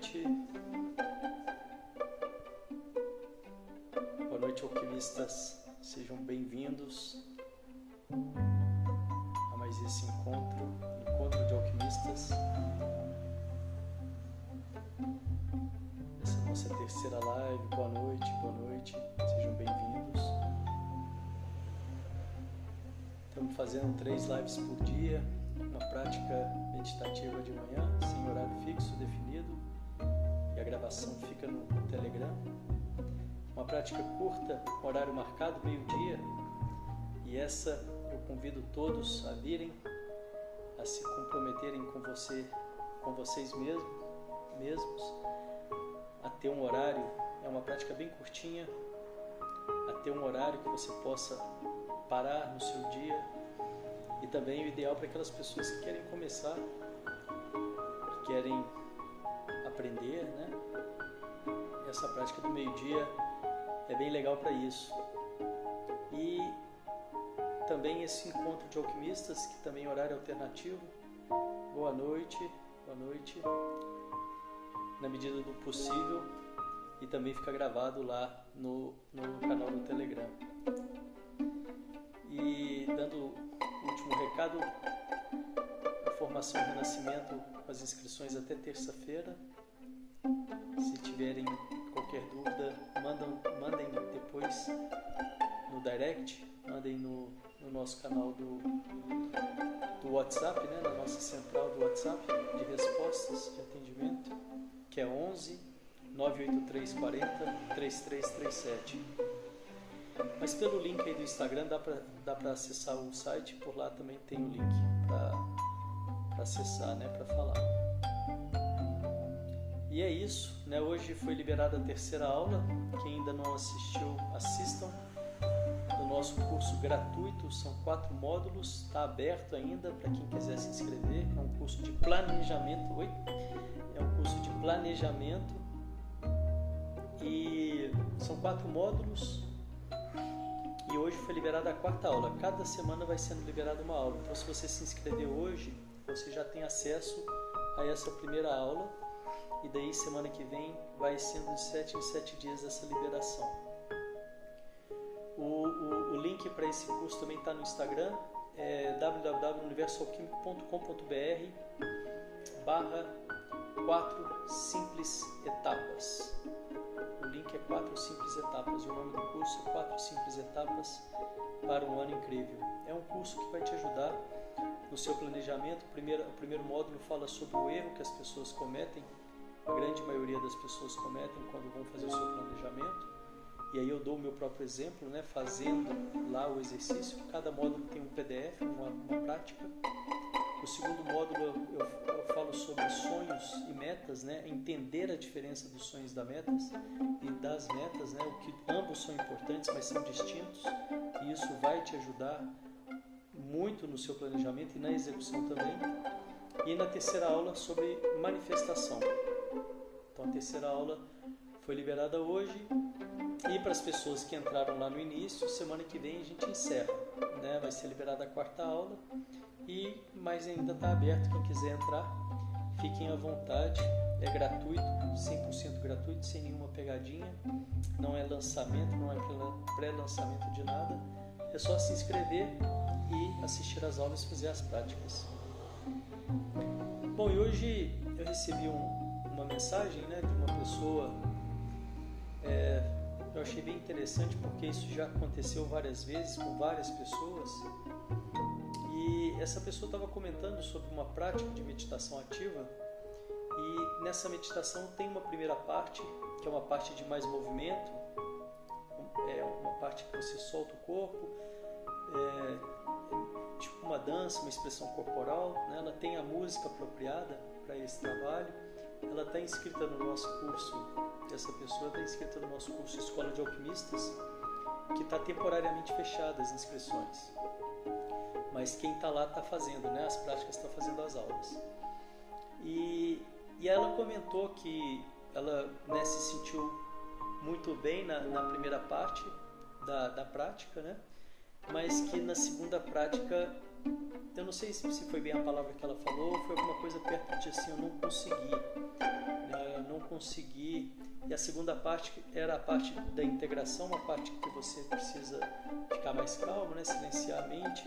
noite. Boa noite, alquimistas. Sejam bem-vindos a mais esse encontro de alquimistas. Essa nossa terceira live. Boa noite. Sejam bem-vindos. Estamos fazendo 3 lives por dia, uma prática meditativa de manhã, sem horário fixo definido, e a gravação fica no Telegram. Uma prática curta, horário marcado, meio-dia, e essa eu convido todos a virem, a se comprometerem com vocês mesmos, a ter um horário. É uma prática bem curtinha, a ter um horário que você possa parar no seu dia, e também o ideal para aquelas pessoas que querem começar, que querem aprender, né? Essa prática do meio-dia é bem legal para isso. E também esse encontro de alquimistas, que também é horário alternativo. Boa noite, na medida do possível, e também fica gravado lá no canal do Telegram. E dando o último recado, a formação Renascimento com as inscrições até terça-feira. Se tiverem qualquer dúvida, mandem depois no direct, mandem no nosso canal do WhatsApp, né, na nossa central do WhatsApp de respostas de atendimento, que é 11 983 40 3337. Mas pelo link aí do Instagram dá para acessar o site, por lá também tem o link para acessar, né, para falar. E é isso, né? Hoje foi liberada a terceira aula. Quem ainda não assistiu, assistam. Do nosso curso gratuito, são 4 módulos, está aberto ainda para quem quiser se inscrever. É um curso de planejamento. É um curso de planejamento e são 4 módulos. E hoje foi liberada a 4ª aula. Cada semana vai sendo liberada uma aula. Então, se você se inscrever hoje, você já tem acesso a essa primeira aula. E daí, semana que vem, vai sendo de 7 em 7 dias essa liberação. O link para esse curso também está no Instagram. É www.universoalquímico.com.br/4 simples etapas. O link é 4 simples etapas. E o nome do curso é 4 simples etapas para um ano incrível. É um curso que vai te ajudar no seu planejamento. O primeiro módulo fala sobre o erro que as pessoas cometem. A grande maioria das pessoas cometem quando vão fazer o seu planejamento. E aí eu dou o meu próprio exemplo, né, fazendo lá o exercício. Cada módulo tem um PDF, uma prática. O segundo módulo eu falo sobre sonhos e metas, né, entender a diferença dos sonhos e das metas, né, o que ambos são importantes, mas são distintos. E isso vai te ajudar muito no seu planejamento e na execução também. E na terceira aula sobre manifestação. Então a terceira aula foi liberada hoje, e para as pessoas que entraram lá no início, semana que vem a gente encerra, né? Vai ser liberada a 4ª aula, mas ainda está aberto. Quem quiser entrar, fiquem à vontade. É gratuito, 100% gratuito, sem nenhuma pegadinha. Não é lançamento, não é pré-lançamento de nada. É só se inscrever e assistir às aulas e fazer as práticas. Bom, e hoje eu recebi uma mensagem, né, de uma pessoa. Eu achei bem interessante, porque isso já aconteceu várias vezes com várias pessoas. E essa pessoa estava comentando sobre uma prática de meditação ativa. E nessa meditação tem uma primeira parte, que é uma parte de mais movimento. É uma parte que você solta o corpo. Tipo uma dança, uma expressão corporal, né? Ela tem a música apropriada para esse trabalho. Ela está inscrita no nosso curso. Essa pessoa está inscrita no nosso curso Escola de Alquimistas, que está temporariamente fechada as inscrições. Mas quem está lá está fazendo, né? As práticas, está fazendo as aulas. E ela comentou que ela, né, se sentiu muito bem na primeira parte da prática, né? Mas que na segunda prática, eu não sei se foi bem a palavra que ela falou, foi alguma coisa perto de assim, eu não consegui, né? Eu não conseguir. E a segunda parte era a parte da integração, uma parte que você precisa ficar mais calmo, né? Silenciar a mente.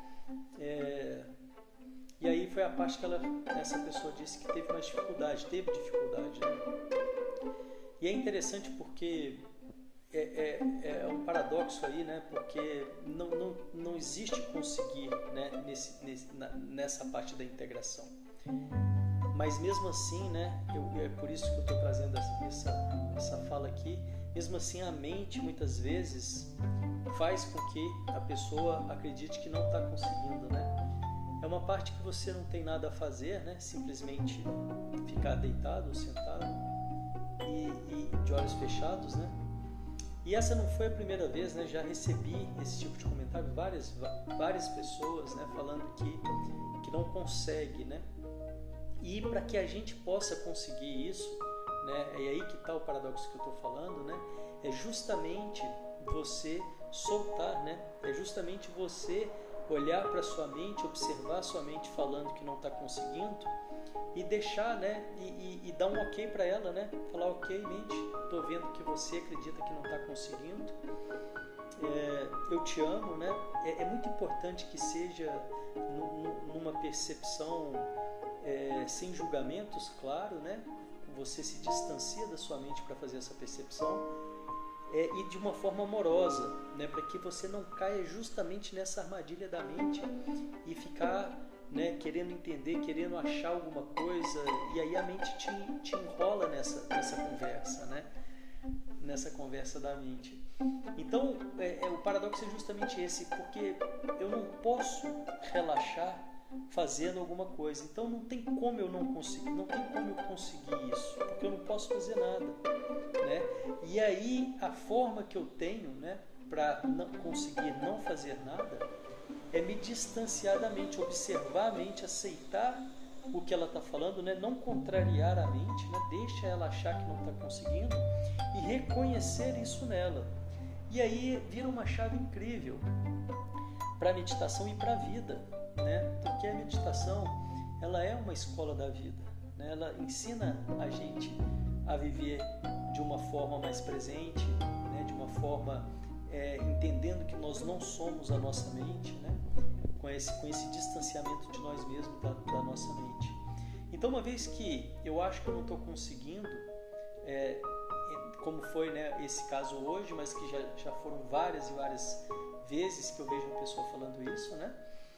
E aí foi a parte que essa pessoa disse que teve dificuldade, né? E é interessante porque é um paradoxo aí, né? Porque não existe conseguir, né? Nessa parte da integração. Mas mesmo assim, né? É por isso que eu estou trazendo essa fala aqui. Mesmo assim, a mente muitas vezes faz com que a pessoa acredite que não está conseguindo, né? É uma parte que você não tem nada a fazer, né? Simplesmente ficar deitado ou sentado e de olhos fechados, né? E essa não foi a primeira vez, né? Já recebi esse tipo de comentário, várias pessoas, né? Falando que não consegue, né? E para que a gente possa conseguir isso, né? E aí que está o paradoxo que eu estou falando, né? É justamente você soltar, né? É justamente você olhar para sua mente, observar sua mente falando que não está conseguindo e deixar, né? E dar um ok para ela, né? Falar, ok, mente, estou vendo que você acredita que não está conseguindo, eu te amo, né? É muito importante que seja numa percepção sem julgamentos, claro, né? Você se distancia da sua mente para fazer essa percepção e de uma forma amorosa, né? Para que você não caia justamente nessa armadilha da mente e ficar, né, querendo entender, querendo achar alguma coisa, e aí a mente te enrola nessa conversa, né? Nessa conversa da mente. Então, o paradoxo é justamente esse, porque eu não posso relaxar fazendo alguma coisa. Então não tem como eu conseguir isso, porque eu não posso fazer nada, né? E aí a forma que eu tenho, né, para conseguir não fazer nada é me distanciar da mente, observar a mente, aceitar o que ela está falando, né? Não contrariar a mente, né? Deixa ela achar que não está conseguindo e reconhecer isso nela. E aí vira uma chave incrível para a meditação e para a vida, né? Porque a meditação, ela é uma escola da vida, né? Ela ensina a gente a viver de uma forma mais presente, né? De uma forma entendendo que nós não somos a nossa mente, né? Com esse distanciamento de nós mesmos, da nossa mente. Então, uma vez que eu acho que eu não estou conseguindo, como foi, né, esse caso hoje, mas que já foram várias e várias vezes que eu vejo uma pessoa falando isso, né?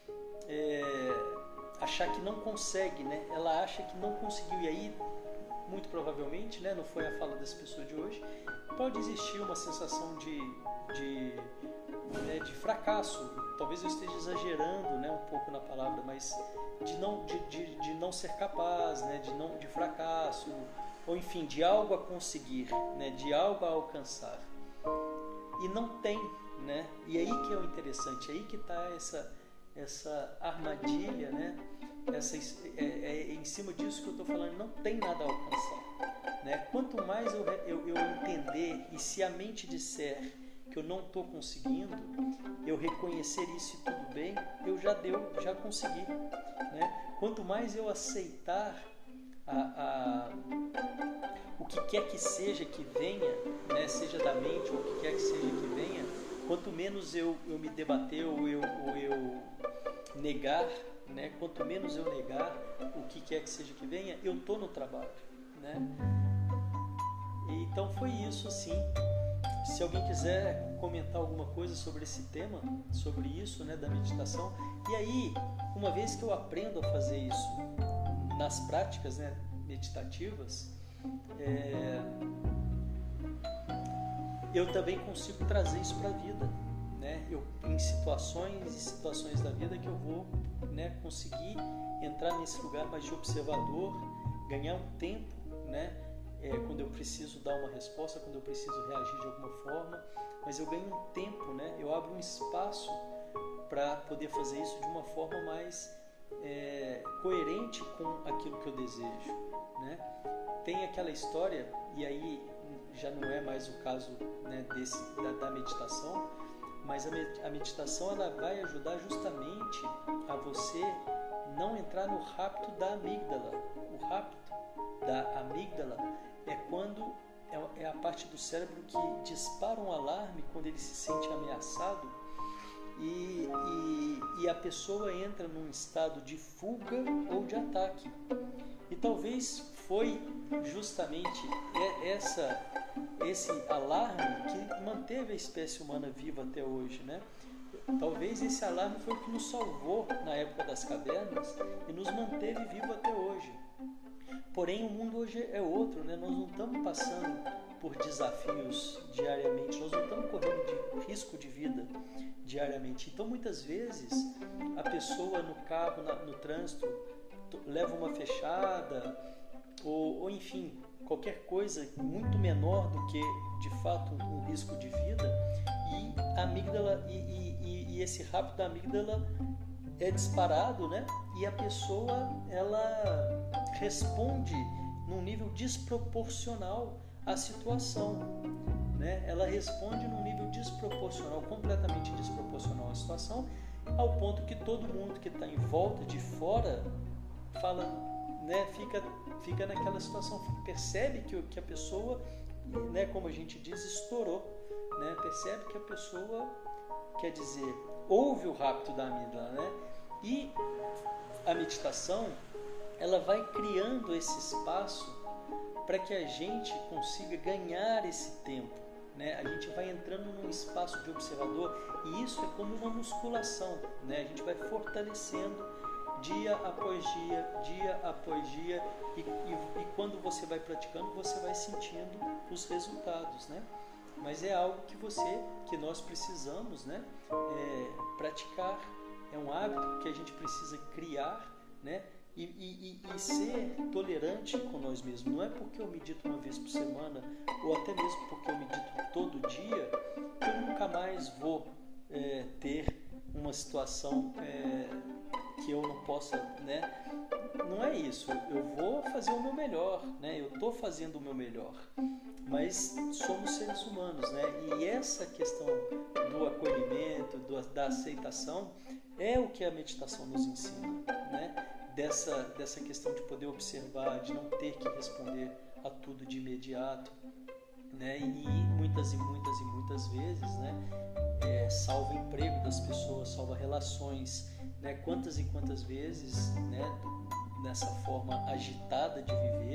Achar que não consegue, né? Ela acha que não conseguiu, e aí, muito provavelmente, né, não foi a fala dessa pessoa de hoje, pode existir uma sensação de fracasso. Talvez eu esteja exagerando, né, um pouco na palavra, mas de não ser capaz, né, de fracasso, ou enfim, de algo a conseguir, né, de algo a alcançar. E não tem, né? E aí que é o interessante, aí que está essa armadilha, né? Em cima disso que eu estou falando, não tem nada a alcançar, né? Quanto mais eu entender, e se a mente disser que eu não estou conseguindo, eu reconhecer isso e tudo bem, eu já consegui, né? Quanto mais eu aceitar o que quer que seja que venha, né? Seja da mente ou o que quer que seja que venha, quanto menos eu me debater ou eu negar, né? Quanto menos eu negar o que quer que seja que venha, eu estou no trabalho, né? Então foi isso, assim. Se alguém quiser comentar alguma coisa sobre esse tema, sobre isso, né, da meditação, e aí, uma vez que eu aprendo a fazer isso nas práticas, né, meditativas, eu também consigo trazer isso para a vida, né? Em situações da vida que eu vou, né, conseguir entrar nesse lugar mais de observador, ganhar um tempo, né? Quando eu preciso dar uma resposta, quando eu preciso reagir de alguma forma, mas eu ganho um tempo, né? Eu abro um espaço para poder fazer isso de uma forma mais coerente com aquilo que eu desejo, né? Tem aquela história, e aí já não é mais o caso, né, da meditação, mas a meditação ela vai ajudar justamente a você não entrar no rapto da amígdala. O rapto da amígdala é a parte do cérebro que dispara um alarme quando ele se sente ameaçado e a pessoa entra num estado de fuga ou de ataque. E talvez foi justamente esse alarme que manteve a espécie humana viva até hoje, né? Talvez esse alarme foi o que nos salvou na época das cavernas e nos manteve vivo até hoje. Porém, o mundo hoje é outro, né? Nós não estamos passando por desafios diariamente, nós não estamos correndo de risco de vida diariamente. Então, muitas vezes, a pessoa no carro, no trânsito, leva uma fechada ou enfim, qualquer coisa muito menor do que, de fato, um risco de vida, e a amígdala e esse rapto da amígdala é disparado, né? E a pessoa ela responde num nível desproporcional à situação, né? Ela responde num nível desproporcional, completamente desproporcional à situação, ao ponto que todo mundo que está em volta de fora fala, né? Fica naquela situação, percebe que a pessoa, né? Como a gente diz, estourou, né? Percebe que a pessoa, quer dizer, houve o rapto da amígdala, né? E a meditação, ela vai criando esse espaço para que a gente consiga ganhar esse tempo, né? A gente vai entrando num espaço de observador e isso é como uma musculação, né? A gente vai fortalecendo dia após dia e quando você vai praticando, você vai sentindo os resultados, né? Mas é algo que nós precisamos, né? Praticar. É um hábito que a gente precisa criar, né? E ser tolerante com nós mesmos. Não é porque eu medito uma vez por semana ou até mesmo porque eu medito todo dia que eu nunca mais vou ter uma situação que eu não possa, né? Não é isso. Eu vou fazer o meu melhor, né? Eu estou fazendo o meu melhor. Mas somos seres humanos, né? E essa questão do acolhimento, da aceitação, é o que a meditação nos ensina, né? Dessa questão de poder observar, de não ter que responder a tudo de imediato, né? E muitas vezes, né? Salva o emprego das pessoas, salva relações, né? Quantas e quantas vezes, né? Nessa forma agitada de viver,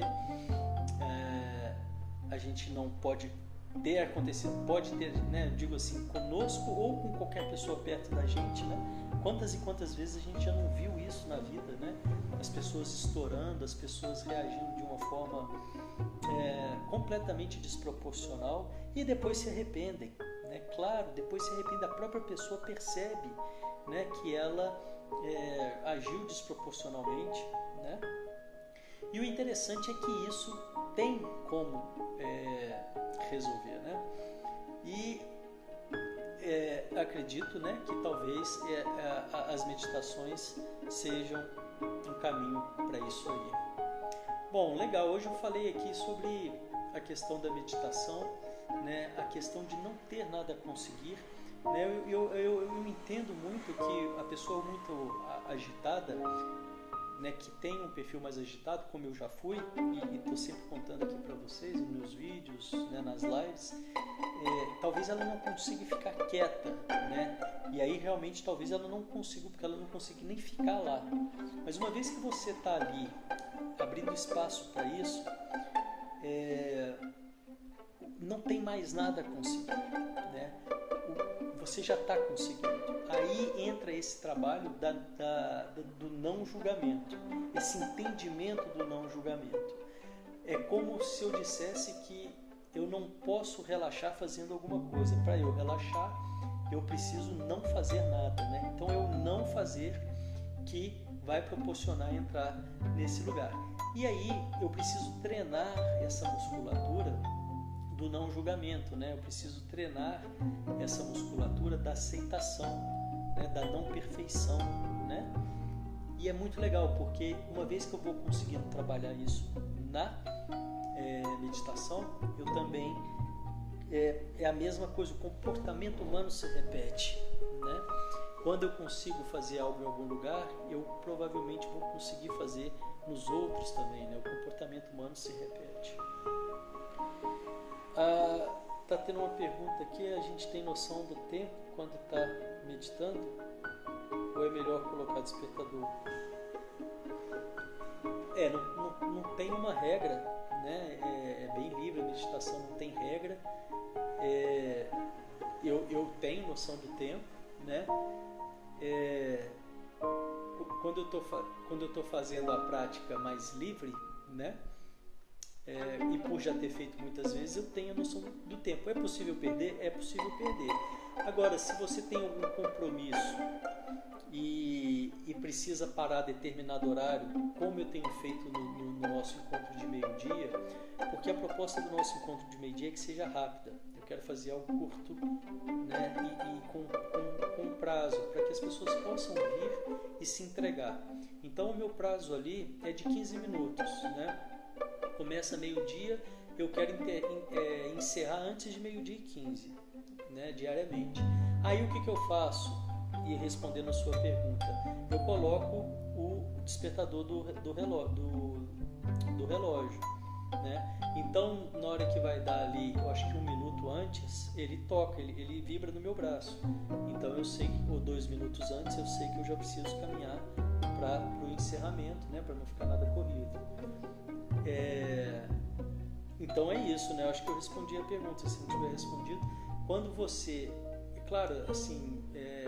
a gente não pode ter acontecido, pode ter, né, digo assim, conosco ou com qualquer pessoa perto da gente, né? Quantas e quantas vezes a gente já não viu isso na vida, né? As pessoas estourando, as pessoas reagindo de uma forma completamente desproporcional e depois se arrependem, né? Claro, depois se arrepende, a própria pessoa percebe, né, que ela agiu desproporcionalmente, né? E o interessante é que isso tem como resolver, né? E acredito, né, que talvez as meditações sejam um caminho para isso aí. Bom, legal. Hoje eu falei aqui sobre a questão da meditação, né? A questão de não ter nada a conseguir, né? Eu entendo muito que a pessoa muito agitada, né, que tem um perfil mais agitado, como eu já fui, e estou sempre contando aqui para vocês, nos meus vídeos, né, nas lives, talvez ela não consiga ficar quieta, né? E aí realmente talvez ela não consiga, porque ela não consiga nem ficar lá. Mas uma vez que você está ali, abrindo espaço para isso, não tem mais nada a conseguir, né? Você já está conseguindo. Aí entra esse trabalho do não julgamento, esse entendimento do não julgamento. É como se eu dissesse que eu não posso relaxar fazendo alguma coisa. Para eu relaxar, eu preciso não fazer nada, né? Então, eu não fazer que vai proporcionar entrar nesse lugar. E aí, eu preciso treinar essa musculatura do não julgamento, né? Eu preciso treinar essa musculatura da aceitação, né? Da não perfeição, né? E é muito legal, porque uma vez que eu vou conseguindo trabalhar isso na meditação, eu também é a mesma coisa, o comportamento humano se repete, né? Quando eu consigo fazer algo em algum lugar, eu provavelmente vou conseguir fazer nos outros também, né? O comportamento humano se repete. Tá tendo uma pergunta aqui, a gente tem noção do tempo quando está meditando? Ou é melhor colocar despertador? Não tem uma regra, né? É bem livre, a meditação não tem regra. Eu tenho noção do tempo, né? Quando eu estou fazendo a prática mais livre, né? E por já ter feito muitas vezes, eu tenho a noção do tempo. É possível perder? É possível perder. Agora, se você tem algum compromisso e precisa parar a determinado horário, como eu tenho feito no nosso encontro de meio-dia, porque a proposta do nosso encontro de meio-dia é que seja rápida. Eu quero fazer algo curto, né, e com prazo, para que as pessoas possam vir e se entregar. Então, o meu prazo ali é de 15 minutos, né? Começa meio-dia, eu quero encerrar antes de meio-dia e 15, né, diariamente. Aí o que eu faço? E respondendo a sua pergunta, eu coloco o despertador do relógio, né? Então, na hora que vai dar ali, eu acho que 1 minuto antes, ele toca, ele vibra no meu braço. Então eu sei, ou 2 minutos antes, eu sei que eu já preciso caminhar para o encerramento, né, para não ficar nada corrido. Então é isso, né? Eu acho que eu respondi a pergunta. Se não tiver respondido, quando você, claro, assim,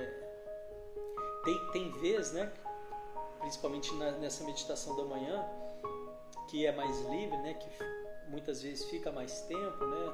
tem vezes, né? Principalmente nessa meditação da manhã, que é mais livre, né? Que muitas vezes fica mais tempo, né?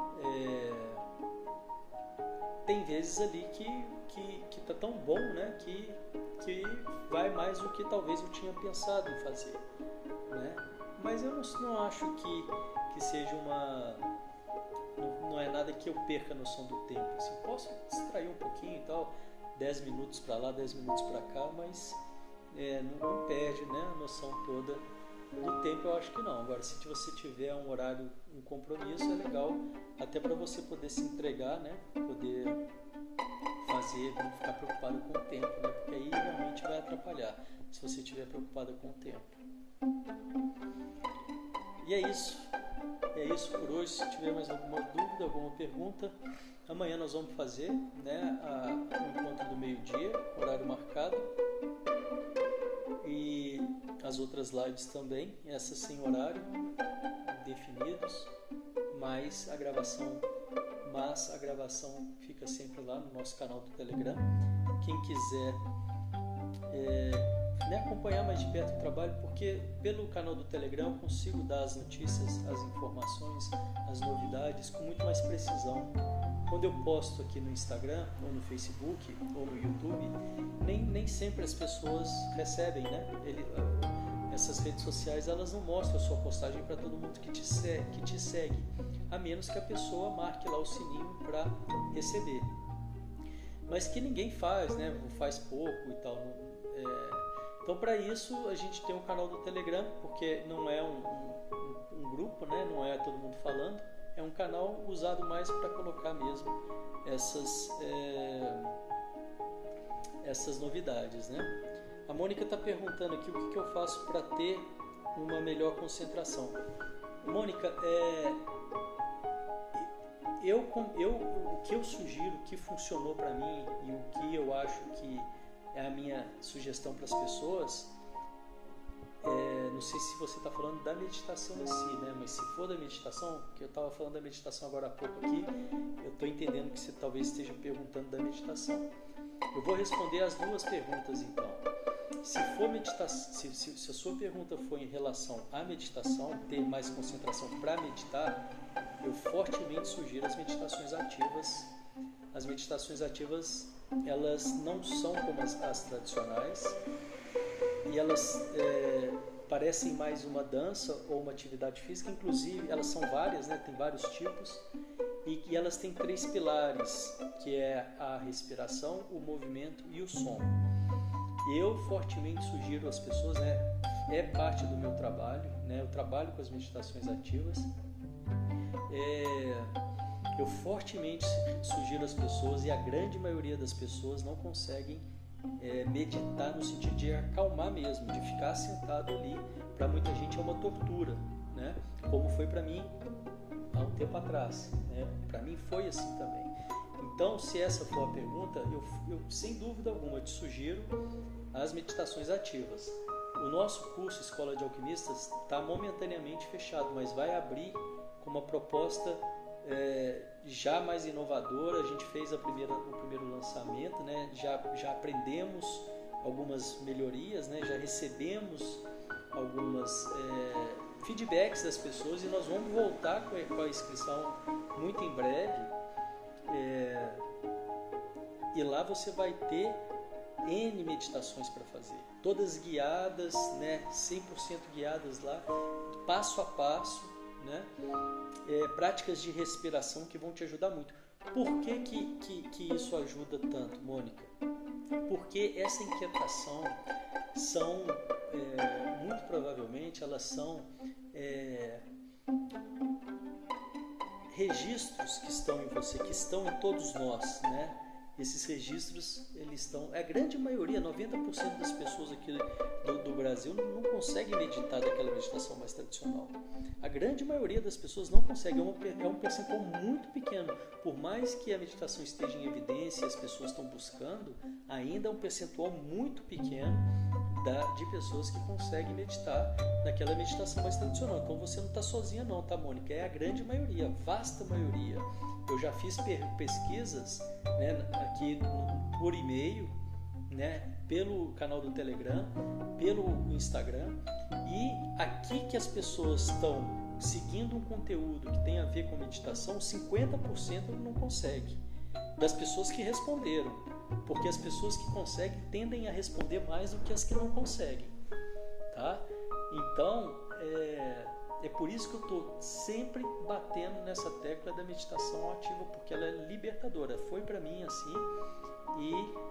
Tem vezes ali que tá tão bom, né? Que vai mais do que talvez eu tinha pensado em fazer, né? Mas eu não acho que seja não é nada que eu perca a noção do tempo. Assim, posso distrair um pouquinho e tal, 10 minutos para lá, 10 minutos para cá, mas não perde, né, a noção toda do tempo. Eu acho que não. Agora, se você tiver um horário, um compromisso, é legal até para você poder se entregar, né, poder fazer, não ficar preocupado com o tempo, né, porque aí realmente vai atrapalhar se você estiver preocupado com o tempo. E é isso por hoje. Se tiver mais alguma dúvida, alguma pergunta, amanhã nós vamos fazer, né, o encontro do meio-dia, horário marcado, e as outras lives também, essas sem horário definidos, mas a gravação fica sempre lá no nosso canal do Telegram. Quem quiser acompanhar mais de perto o trabalho, porque pelo canal do Telegram eu consigo dar as notícias, as informações, as novidades com muito mais precisão. Quando eu posto aqui no Instagram, ou no Facebook, ou no YouTube, nem sempre as pessoas recebem, né? Essas redes sociais, elas não mostram a sua postagem para todo mundo que te segue, a menos que a pessoa marque lá o sininho para receber. Mas que ninguém faz, né? Faz pouco e tal. Então, para isso, a gente tem um canal do Telegram, porque não é um grupo, né? Não é todo mundo falando, é um canal usado mais para colocar mesmo essas novidades, né? A Mônica está perguntando aqui o que eu faço para ter uma melhor concentração. Mônica, o que eu sugiro, o que funcionou para mim e o que eu acho que é a minha sugestão para as pessoas, não sei se você está falando da meditação em si, né? Mas se for da meditação, que eu estava falando da meditação agora há pouco aqui, eu estou entendendo que você talvez esteja perguntando da meditação. Eu vou responder as duas perguntas então. Se for se a sua pergunta for em relação à meditação, ter mais concentração para meditar, eu fortemente sugiro as meditações ativas. As meditações ativas, elas não são como as tradicionais, e elas parecem mais uma dança ou uma atividade física. Inclusive elas são várias, né? Tem vários tipos, e elas têm 3 pilares, que é a respiração, o movimento e o som. Eu fortemente sugiro às pessoas, né? É parte do meu trabalho, né? Eu trabalho com as meditações ativas. Eu fortemente sugiro às pessoas, e a grande maioria das pessoas não conseguem meditar no sentido de acalmar mesmo, de ficar sentado ali. Para muita gente é uma tortura, né? Como foi para mim há um tempo atrás, né? Para mim foi assim também. Então, se essa for a pergunta, eu sem dúvida alguma te sugiro as meditações ativas. O nosso curso Escola de Alquimistas está momentaneamente fechado, mas vai abrir com uma proposta já mais inovadora. A gente fez o primeiro lançamento, né? Já aprendemos algumas melhorias, né? Já recebemos algumas feedbacks das pessoas e nós vamos voltar com a inscrição muito em breve. E lá você vai ter N meditações para fazer, todas guiadas, né? 100% guiadas lá, passo a passo, né? Práticas de respiração que vão te ajudar muito. Por que isso ajuda tanto, Mônica? Porque essa inquietação são, muito provavelmente, elas são registros que estão em você, que estão em todos nós, né? Esses registros, eles estão... A grande maioria, 90% das pessoas aqui do Brasil não conseguem meditar daquela meditação mais tradicional. A grande maioria das pessoas não consegue, é um percentual muito pequeno. Por mais que a meditação esteja em evidência e as pessoas estão buscando, ainda é um percentual muito pequeno de pessoas que conseguem meditar naquela meditação mais tradicional. Então você não está sozinha não, tá, Mônica? É a grande maioria, a vasta maioria. Eu já fiz pesquisas, né, aqui por e-mail, né, pelo canal do Telegram, pelo Instagram, e aqui que as pessoas estão seguindo um conteúdo que tem a ver com meditação, 50% não consegue. Das pessoas que responderam, porque as pessoas que conseguem tendem a responder mais do que as que não conseguem, tá? Então, é por isso que eu estou sempre batendo nessa tecla da meditação ativa, porque ela é libertadora. Foi para mim assim e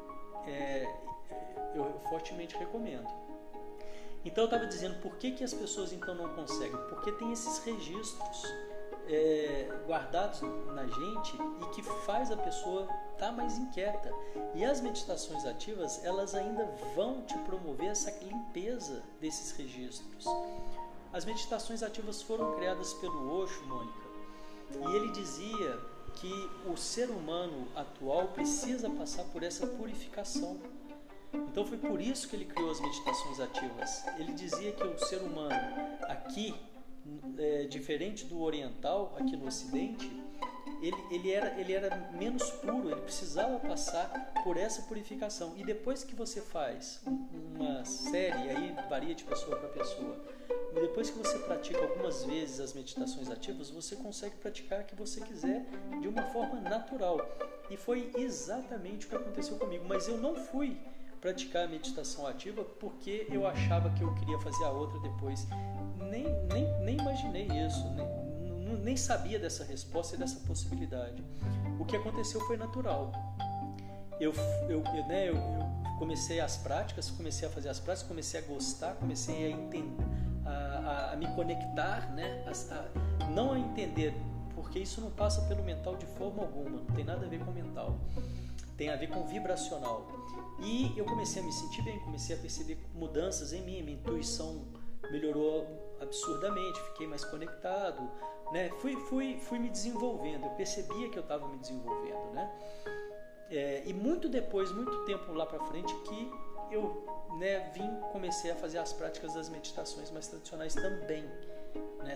eu fortemente recomendo. Então eu estava dizendo, por que as pessoas então não conseguem? Porque tem esses registros guardados na gente e que faz a pessoa estar mais inquieta. E as meditações ativas, elas ainda vão te promover essa limpeza desses registros. As meditações ativas foram criadas pelo Osho, Mônica, e ele dizia que o ser humano atual precisa passar por essa purificação. Então foi por isso que ele criou as meditações ativas. Ele dizia que o ser humano aqui, diferente do oriental, aqui no Ocidente, ele era menos puro, ele precisava passar por essa purificação. E depois que você faz uma série, aí varia de pessoa para pessoa, e depois que você pratica algumas vezes as meditações ativas, você consegue praticar a que você quiser de uma forma natural. E foi exatamente o que aconteceu comigo. Mas eu não fui praticar a meditação ativa porque eu achava que eu queria fazer a outra depois. Nem imaginei isso, nem sabia dessa resposta e dessa possibilidade. O que aconteceu foi natural. Eu comecei as práticas, comecei a fazer as práticas, comecei a gostar, comecei a entender, a me conectar, né? Não a entender, porque isso não passa pelo mental de forma alguma, não tem nada a ver com o mental, tem a ver com o vibracional. E eu comecei a me sentir bem, comecei a perceber mudanças em mim, minha intuição melhorou absurdamente, fiquei mais conectado, né? Fui me desenvolvendo, eu percebia que eu estava me desenvolvendo, né? E muito tempo lá para frente que eu, né, comecei a fazer as práticas das meditações mais tradicionais também, né?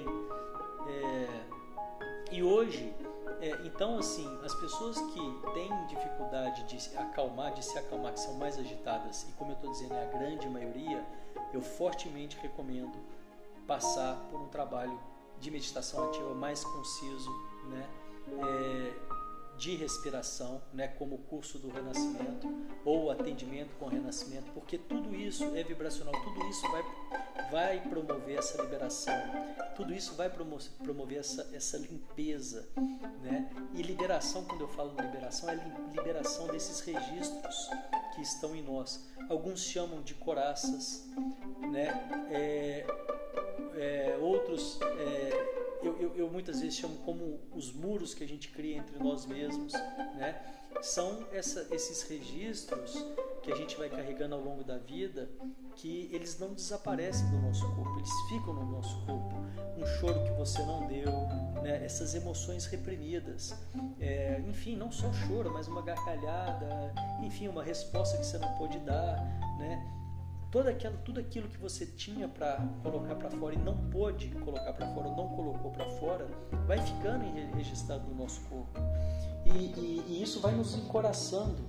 E hoje, então assim, as pessoas que têm dificuldade de se acalmar, que são mais agitadas, e como eu estou dizendo, é a grande maioria, eu fortemente recomendo passar por um trabalho de meditação ativa mais conciso, né? De respiração, né? Como o curso do Renascimento ou atendimento com o Renascimento, porque tudo isso é vibracional, tudo isso vai promover essa liberação, tudo isso vai promover essa limpeza, né? E liberação, quando eu falo liberação, é liberação desses registros que estão em nós. Alguns chamam de coraças, né? Outros eu muitas vezes chamo como os muros que a gente cria entre nós mesmos, né? São esses registros que a gente vai carregando ao longo da vida, que eles não desaparecem do nosso corpo, eles ficam no nosso corpo. Um choro que você não deu, né? Essas emoções reprimidas, enfim, não só choro, mas uma gargalhada, enfim, uma resposta que você não pôde dar, né? Tudo aquilo que você tinha para colocar para fora e não pôde colocar para fora, ou não colocou para fora, vai ficando registrado no nosso corpo. E isso vai nos encoraçando.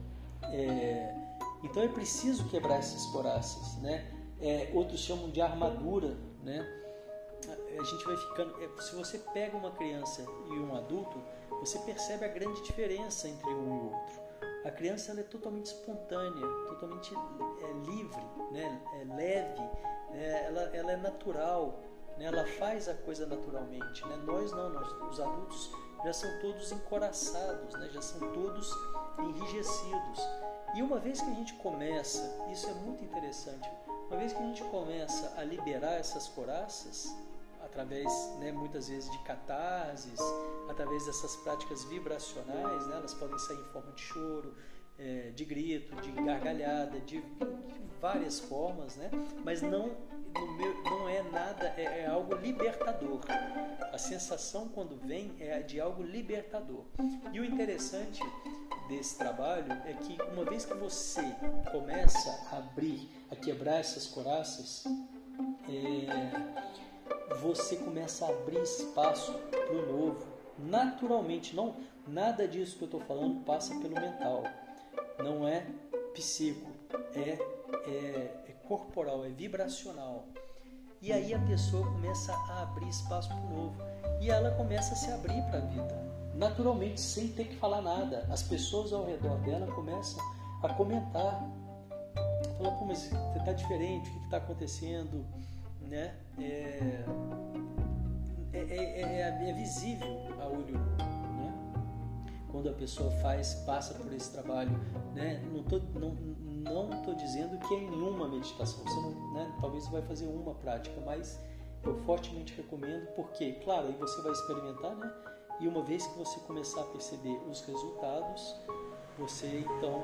Então é preciso quebrar essas coraças, né? Outros chamam de armadura, né? A gente vai ficando. Se você pega uma criança e um adulto, você percebe a grande diferença entre um e outro. A criança ela é totalmente espontânea, totalmente livre, né? Leve, ela é natural, né? Ela faz a coisa naturalmente, né? Nós não, os adultos já são todos encoraçados, né? Já são todos enrijecidos. E uma vez que a gente começa, isso é muito interessante, uma vez que a gente começa a liberar essas coraças, através, né, muitas vezes de catarses, através dessas práticas vibracionais, né, elas podem sair em forma de choro, de grito, de gargalhada, de várias formas, né, mas não é nada, é algo libertador. A sensação quando vem é de algo libertador. E o interessante desse trabalho é que uma vez que você começa a abrir, a quebrar essas coraças, você começa a abrir espaço para o novo, naturalmente. Não, nada disso que eu estou falando passa pelo mental, não é psíquico, é corporal, é vibracional. E aí a pessoa começa a abrir espaço para o novo, e ela começa a se abrir para a vida, naturalmente, sem ter que falar nada. As pessoas ao redor dela começam a comentar, falar: pô, mas você está diferente, o que está acontecendo? Né? É visível a olho nu, né? Quando a pessoa passa por esse trabalho, né? Não tô dizendo que é em uma meditação, você não, né? Talvez você vai fazer uma prática, mas eu fortemente recomendo, porque, claro, aí você vai experimentar, né? E uma vez que você começar a perceber os resultados, você então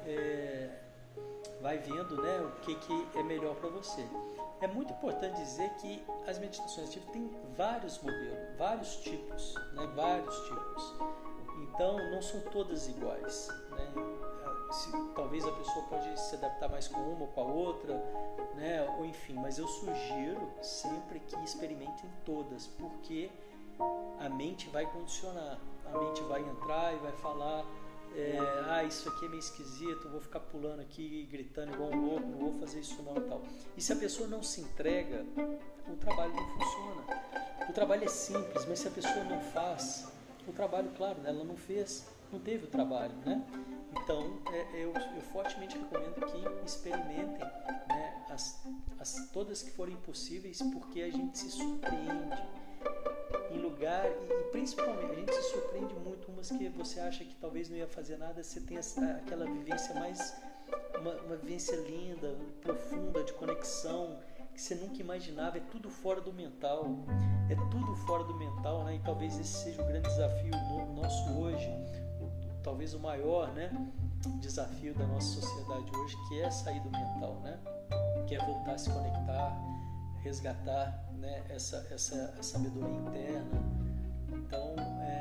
vai vendo, né, o que é melhor para você. É muito importante dizer que as meditações ativas têm vários modelos, vários tipos, né? Vários tipos. Então, não são todas iguais, né? Talvez a pessoa pode se adaptar mais com uma ou com a outra, né? Ou enfim, mas eu sugiro sempre que experimentem todas, porque a mente vai condicionar, a mente vai entrar e vai falar: isso aqui é meio esquisito, vou ficar pulando aqui, gritando igual um louco, não vou fazer isso não e tal. E se a pessoa não se entrega, o trabalho não funciona. O trabalho é simples, mas se a pessoa não faz, o trabalho, claro, ela não fez, não teve o trabalho, né? Então, eu fortemente recomendo que experimentem, né, todas que forem possíveis, porque a gente se surpreende em lugar, e principalmente a gente se surpreende muito. Umas que você acha que talvez não ia fazer nada, você tem aquela vivência mais, uma vivência linda, profunda, de conexão, que você nunca imaginava. É tudo fora do mental, né? E talvez esse seja o grande desafio nosso hoje, talvez o maior, né, desafio da nossa sociedade hoje, que é sair do mental, né? Que é voltar a se conectar, resgatar, né, essa sabedoria interna. Então,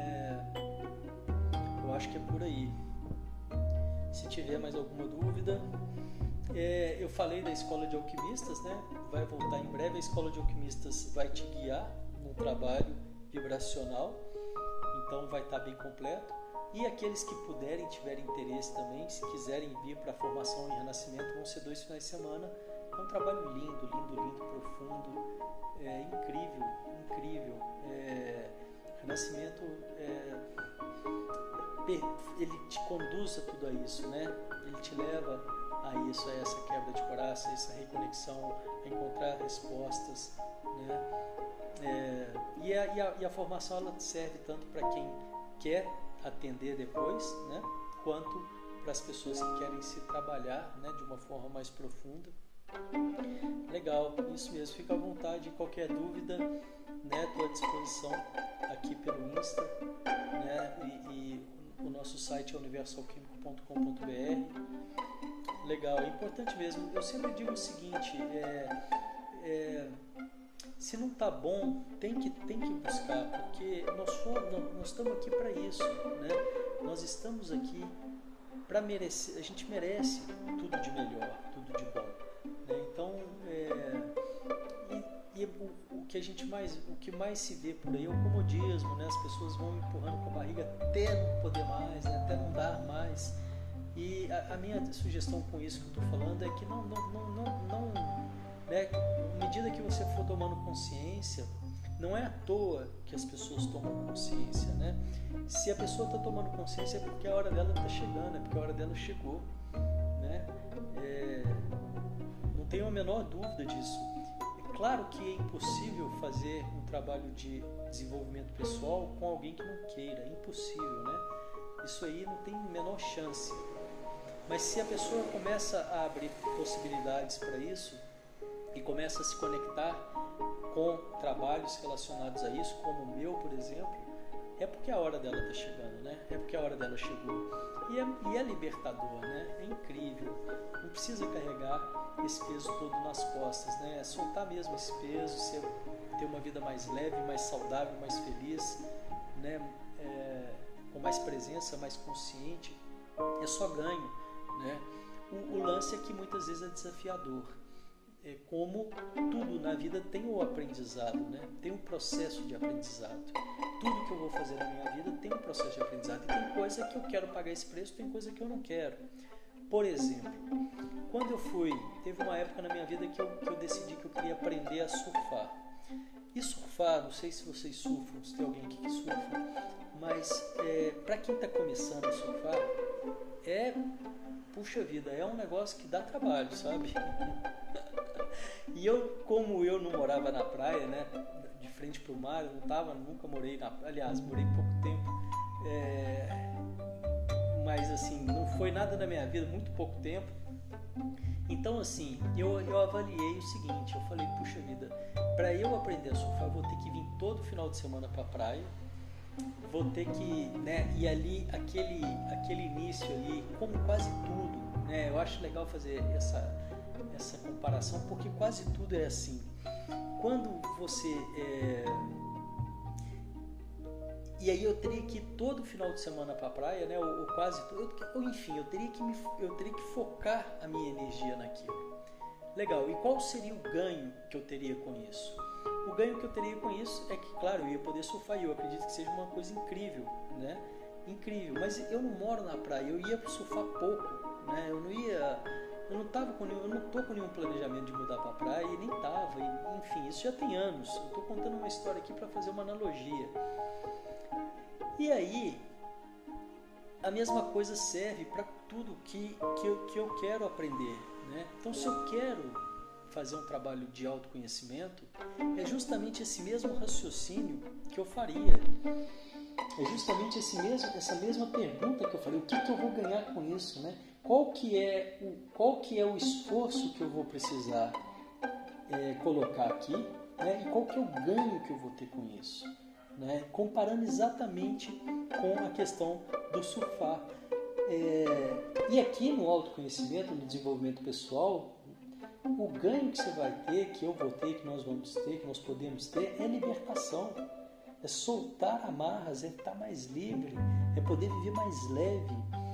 eu acho que é por aí. Se tiver mais alguma dúvida, eu falei da Escola de Alquimistas, né? Vai voltar em breve. A Escola de Alquimistas vai te guiar num trabalho vibracional, então vai estar bem completo. E aqueles que puderem, tiverem interesse também, se quiserem vir para a formação em Renascimento, vão ser 2 finais de semana. É um trabalho lindo, profundo, incrível. Renascimento, ele te conduz a tudo isso, né? Ele te leva a isso, a essa quebra de coraça, a essa reconexão, a encontrar respostas, né? E a formação, ela serve tanto para quem quer atender depois, né? Quanto para as pessoas que querem se trabalhar, né, de uma forma mais profunda. Legal, isso mesmo, fica à vontade, qualquer dúvida, né, estou à disposição aqui pelo Insta, né, e o nosso site é universalquimico.com.br. Legal, é importante mesmo. Eu sempre digo o seguinte, se não está bom, tem que buscar, porque nós estamos aqui para isso, né? Nós estamos aqui para merecer, a gente merece tudo de melhor, tudo de bom, né? Então, o que mais se vê por aí é o comodismo, né? As pessoas vão empurrando com a barriga até não poder mais, né? Até não dar mais. E a minha sugestão com isso que eu estou falando é que não, né? À medida que você for tomando consciência, não é à toa que as pessoas tomam consciência, né? Se a pessoa está tomando consciência é porque a hora dela está chegando, é porque a hora dela chegou, né? Não tenho a menor dúvida disso. É claro que é impossível fazer um trabalho de desenvolvimento pessoal com alguém que não queira, é impossível, né? Isso aí não tem a menor chance. Mas se a pessoa começa a abrir possibilidades para isso e começa a se conectar com trabalhos relacionados a isso, como o meu, por exemplo, é porque a hora dela está chegando, né? É porque a hora dela chegou. E é libertador, né? É incrível. Não precisa carregar esse peso todo nas costas, né? É soltar mesmo esse peso, ter uma vida mais leve, mais saudável, mais feliz, né? Com mais presença, mais consciente. É só ganho, né? O lance é que muitas vezes é desafiador. Como tudo na vida tem o aprendizado, né? Tem um processo de aprendizado. Tudo que eu vou fazer na minha vida tem um processo de aprendizado. E tem coisa que eu quero pagar esse preço, tem coisa que eu não quero. Por exemplo, quando teve uma época na minha vida que eu decidi que eu queria aprender a surfar. E surfar, não sei se vocês surfam, se tem alguém aqui que surfa, mas para quem está começando a surfar, puxa vida, é um negócio que dá trabalho, sabe? E como eu não morava na praia, né, de frente para o mar, eu nunca morei aliás, morei pouco tempo, mas assim, não foi nada da minha vida, muito pouco tempo. Então assim, eu avaliei o seguinte, eu falei, puxa vida, para eu aprender a surfar, eu vou ter que vir todo final de semana para a praia, vou ter que, né, e ali, aquele início ali, como quase tudo, né, eu acho legal fazer essa comparação, porque quase tudo é assim. Quando você... E aí eu teria que ir todo final de semana para a praia, né, ou quase todo, enfim, eu teria que focar a minha energia naquilo. Legal, e qual seria o ganho que eu teria com isso? O ganho que eu teria com isso é que, claro, eu ia poder surfar, e eu acredito que seja uma coisa incrível, né? Incrível, mas eu não moro na praia, eu ia surfar pouco, né? Eu não tô com nenhum planejamento de mudar para a praia, e nem tava, enfim, isso já tem anos. Eu tô contando uma história aqui para fazer uma analogia. E aí, a mesma coisa serve para tudo que eu quero aprender, né? Então, se eu quero fazer um trabalho de autoconhecimento, é justamente esse mesmo raciocínio que eu faria. É justamente essa mesma pergunta que eu falei, o que eu vou ganhar com isso, né? Qual que é o esforço que eu vou precisar colocar aqui, né? E qual que é o ganho que eu vou ter com isso, né? Comparando exatamente com a questão do surfar. E aqui no autoconhecimento, no desenvolvimento pessoal, o ganho que você vai ter, que eu vou ter, que nós vamos ter, que nós podemos ter, é libertação. É soltar amarras, é estar mais livre, é poder viver mais leve.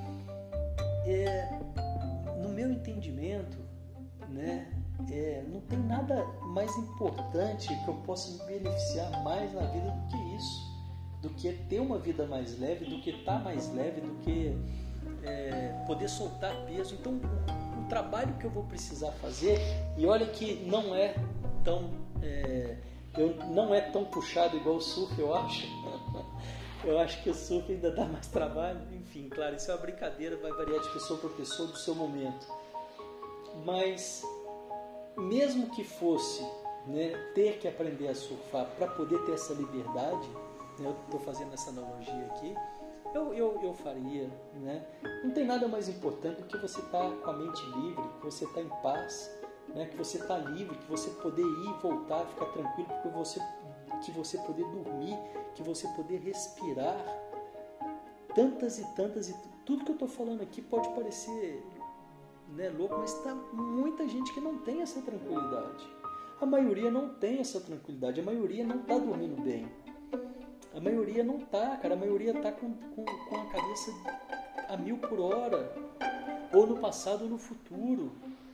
No meu entendimento, né, não tem nada mais importante que eu possa me beneficiar mais na vida do que isso, do que ter uma vida mais leve, do que estar mais leve, do que poder soltar peso. Então, o trabalho que eu vou precisar fazer, e olha que não é tão puxado igual o surf, eu acho. Eu acho que o surf ainda dá mais trabalho. Enfim, claro, isso é uma brincadeira, vai variar de pessoa para pessoa, do seu momento. Mas, mesmo que fosse, né, ter que aprender a surfar para poder ter essa liberdade, né, eu estou fazendo essa analogia aqui, eu faria, né? Não tem nada mais importante do que você estar com a mente livre, que você estar em paz, né? Que você está livre, que você poder ir e voltar, ficar tranquilo, que você poder dormir, que você poder respirar. Tantas e tudo que eu estou falando aqui pode parecer, né, louco, mas está muita gente que não tem essa tranquilidade. A maioria não tem essa tranquilidade, a maioria não está dormindo bem. A maioria não está, cara, a maioria está com a cabeça a 1000 por hora, ou no passado ou no futuro,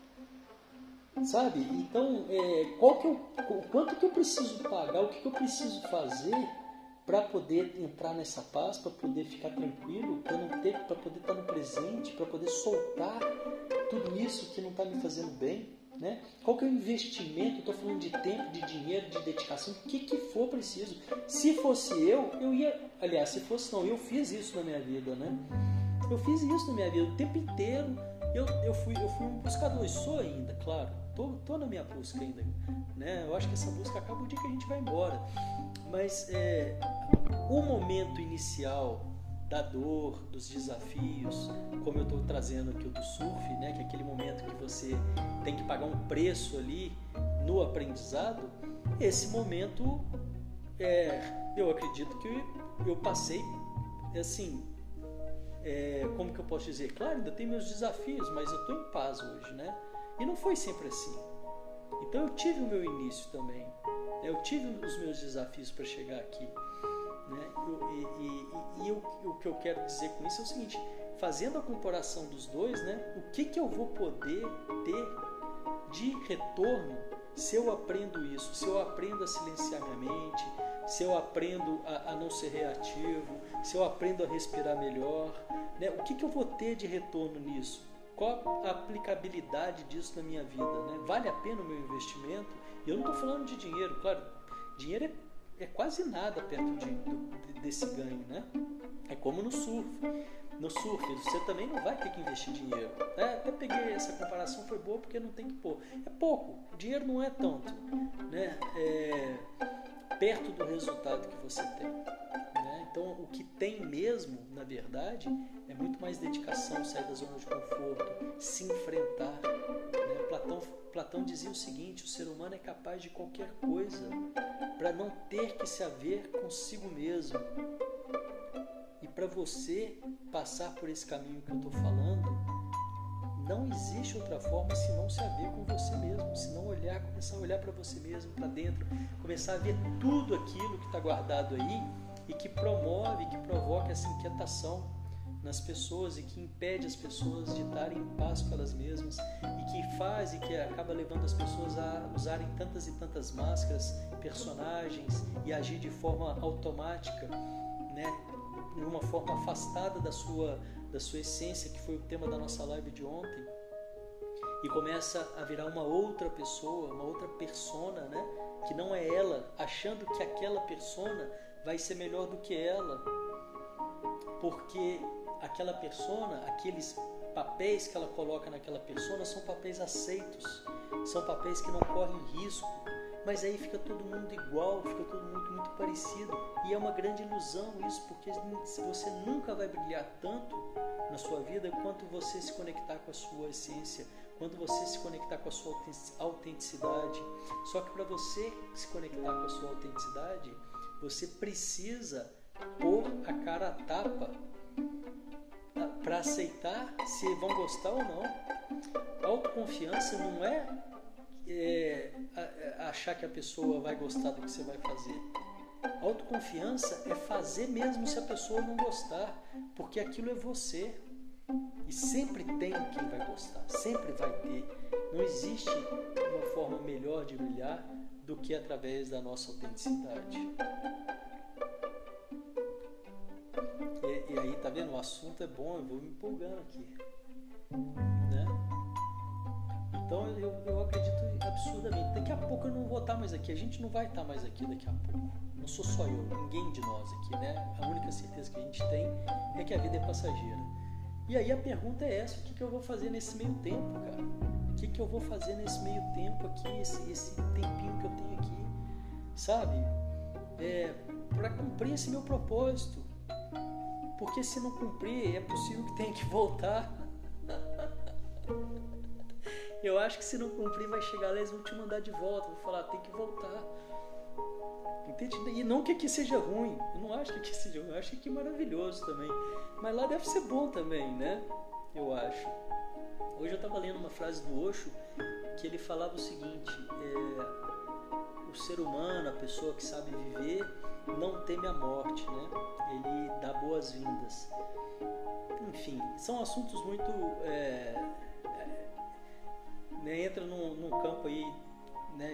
sabe? Então, o quanto que eu preciso pagar, o que eu preciso fazer para poder entrar nessa paz, para poder ficar tranquilo, para poder estar no presente, para poder soltar tudo isso que não está me fazendo bem, né? Qual que é o investimento? Estou falando de tempo, de dinheiro, de dedicação, o que for preciso. Se fosse eu ia... Aliás, se fosse não, eu fiz isso na minha vida, né? Eu fiz isso na minha vida o tempo inteiro. Eu fui um buscador, e sou ainda, claro. Tô na minha busca ainda, né? Eu acho que essa busca acaba o dia que a gente vai embora. Mas o momento inicial da dor, dos desafios, como eu estou trazendo aqui o do surf, né? Que é aquele momento que você tem que pagar um preço ali no aprendizado, esse momento, eu acredito que eu passei, assim, como que eu posso dizer? Claro, ainda tem meus desafios, mas eu estou em paz hoje, né? E não foi sempre assim. Então eu tive o meu início também. Eu tive os meus desafios para chegar aqui. Né? O que eu quero dizer com isso é o seguinte: fazendo a comparação dos dois, né? O que eu vou poder ter de retorno se eu aprendo isso, se eu aprendo a silenciar minha mente, se eu aprendo a não ser reativo, se eu aprendo a respirar melhor, né? O que eu vou ter de retorno nisso? Qual a aplicabilidade disso na minha vida, né? Vale a pena o meu investimento? E eu não estou falando de dinheiro, claro, dinheiro é quase nada perto desse ganho, né? É como no surf. No surf, você também não vai ter que investir dinheiro. Até peguei essa comparação, foi boa porque não tem que pôr. É pouco, o dinheiro não é tanto, né? Perto do resultado que você tem, né? Então, o que tem mesmo, na verdade, é muito mais dedicação, sair da zona de conforto, se enfrentar, né? Platão dizia o seguinte: o ser humano é capaz de qualquer coisa para não ter que se haver consigo mesmo. E para você passar por esse caminho que eu estou falando, não existe outra forma senão se haver com você mesmo, senão começar a olhar para você mesmo, para dentro, começar a ver tudo aquilo que está guardado aí e que promove, que provoca essa inquietação nas pessoas e que impede as pessoas de estarem em paz com elas mesmas e que faz e que acaba levando as pessoas a usarem tantas e tantas máscaras, personagens e agir de forma automática, né? De uma forma afastada da sua essência, que foi o tema da nossa live de ontem, e começa a virar uma outra pessoa, uma outra persona, né? Que não é ela, achando que aquela persona vai ser melhor do que ela, porque aquela persona, aqueles papéis que ela coloca naquela persona são papéis aceitos, são papéis que não correm risco, mas aí fica todo mundo igual, fica todo mundo muito parecido, e é uma grande ilusão isso, porque você nunca vai brilhar tanto na sua vida quanto você se conectar com a sua essência, quando você se conectar com a sua autenticidade. Só que para você se conectar com a sua autenticidade, você precisa pôr a cara a tapa para aceitar se vão gostar ou não. Autoconfiança não é achar que a pessoa vai gostar do que você vai fazer. Autoconfiança é fazer mesmo se a pessoa não gostar, porque aquilo é você. E sempre tem quem vai gostar, sempre vai ter. Não existe uma forma melhor de brilhar do que através da nossa autenticidade. E aí, tá vendo? O assunto é bom, eu vou me empolgando aqui, né? Então eu acredito absurdamente. Daqui a pouco eu não vou estar mais aqui, a gente não vai estar mais aqui daqui a pouco. Não sou só eu, ninguém de nós aqui, né? A única certeza que a gente tem é que a vida é passageira. E aí a pergunta é essa: o que eu vou fazer nesse meio tempo, cara? O que eu vou fazer nesse meio tempo aqui, esse tempinho que eu tenho aqui, sabe? Para cumprir esse meu propósito. Porque se não cumprir, é possível que tenha que voltar. Eu acho que se não cumprir, vai chegar lá, eles vão te mandar de volta. Vou falar, tem que voltar. Entende? E não que aqui seja ruim. Eu não acho que aqui seja ruim. Eu acho que aqui é maravilhoso também. Mas lá deve ser bom também, né? Eu acho. Hoje eu estava lendo uma frase do Osho que ele falava o seguinte: o ser humano, a pessoa que sabe viver, não teme a morte, né? Ele dá boas-vindas. Enfim, são assuntos muito... né, entra num campo aí, né,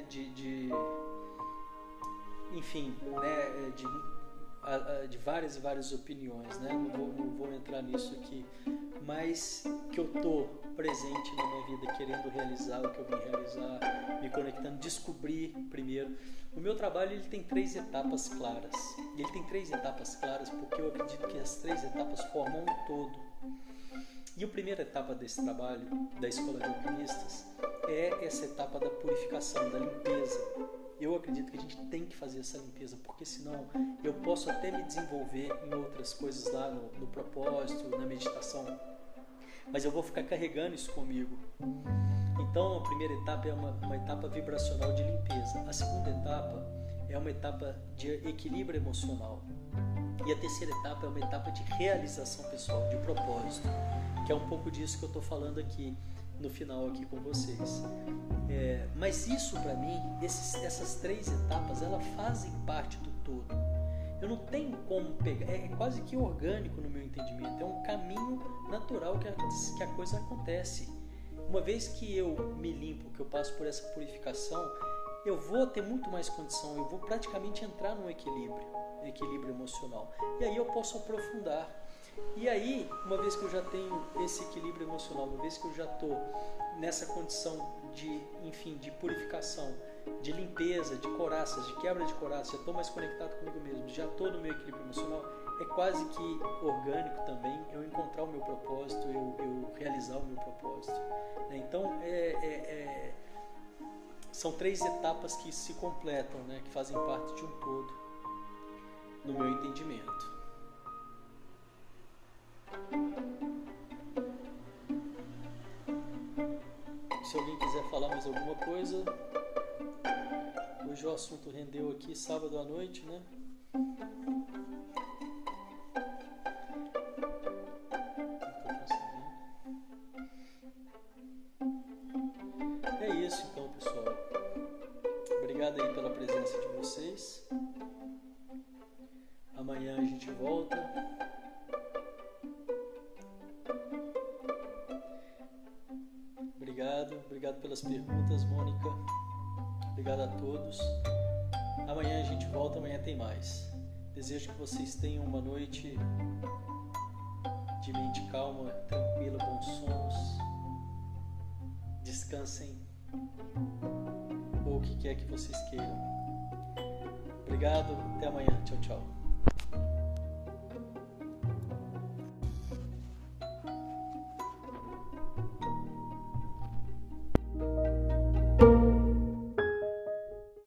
enfim, né, de várias e várias opiniões, né? Não vou entrar nisso aqui, mas que eu tô presente na minha vida, querendo realizar o que eu vim realizar, me conectando, descobrir primeiro. O meu trabalho, ele tem 3 etapas claras. E ele tem 3 etapas claras porque eu acredito que as 3 etapas formam um todo. E a primeira etapa desse trabalho, da Escola de Alquimistas, é essa etapa da purificação, da limpeza. Eu acredito que a gente tem que fazer essa limpeza, porque senão eu posso até me desenvolver em outras coisas lá, no propósito, na meditação, mas eu vou ficar carregando isso comigo. Então a primeira etapa é uma etapa vibracional de limpeza. A segunda etapa é uma etapa de equilíbrio emocional. E a terceira etapa é uma etapa de realização pessoal, de propósito, que é um pouco disso que eu estou falando aqui no final aqui com vocês. Mas isso para mim, essas 3 etapas, elas fazem parte do todo. Eu não tenho como pegar, é quase que orgânico no meu entendimento, é um caminho natural que a coisa acontece. Uma vez que eu me limpo, que eu passo por essa purificação, eu vou ter muito mais condição, eu vou praticamente entrar num equilíbrio emocional. E aí eu posso aprofundar. E aí, uma vez que eu já tenho esse equilíbrio emocional, uma vez que eu já estou nessa condição de purificação, de limpeza, de coraças, de quebra de coraças, já estou mais conectado comigo mesmo, já estou no meu equilíbrio emocional, é quase que orgânico também eu encontrar o meu propósito, eu realizar o meu propósito. Então, são 3 etapas que se completam, né, que fazem parte de um todo, no meu entendimento. Se alguém quiser falar mais alguma coisa, hoje o assunto rendeu aqui sábado à noite, né? É isso então, pessoal. Obrigado aí pela presença de vocês. Amanhã a gente volta. Obrigado pelas perguntas, Mônica. Obrigado a todos. Amanhã a gente volta, amanhã tem mais. Desejo que vocês tenham uma noite de mente calma, tranquila, bons sonos. Descansem, ou o que quer que vocês queiram. Obrigado, até amanhã. Tchau, tchau.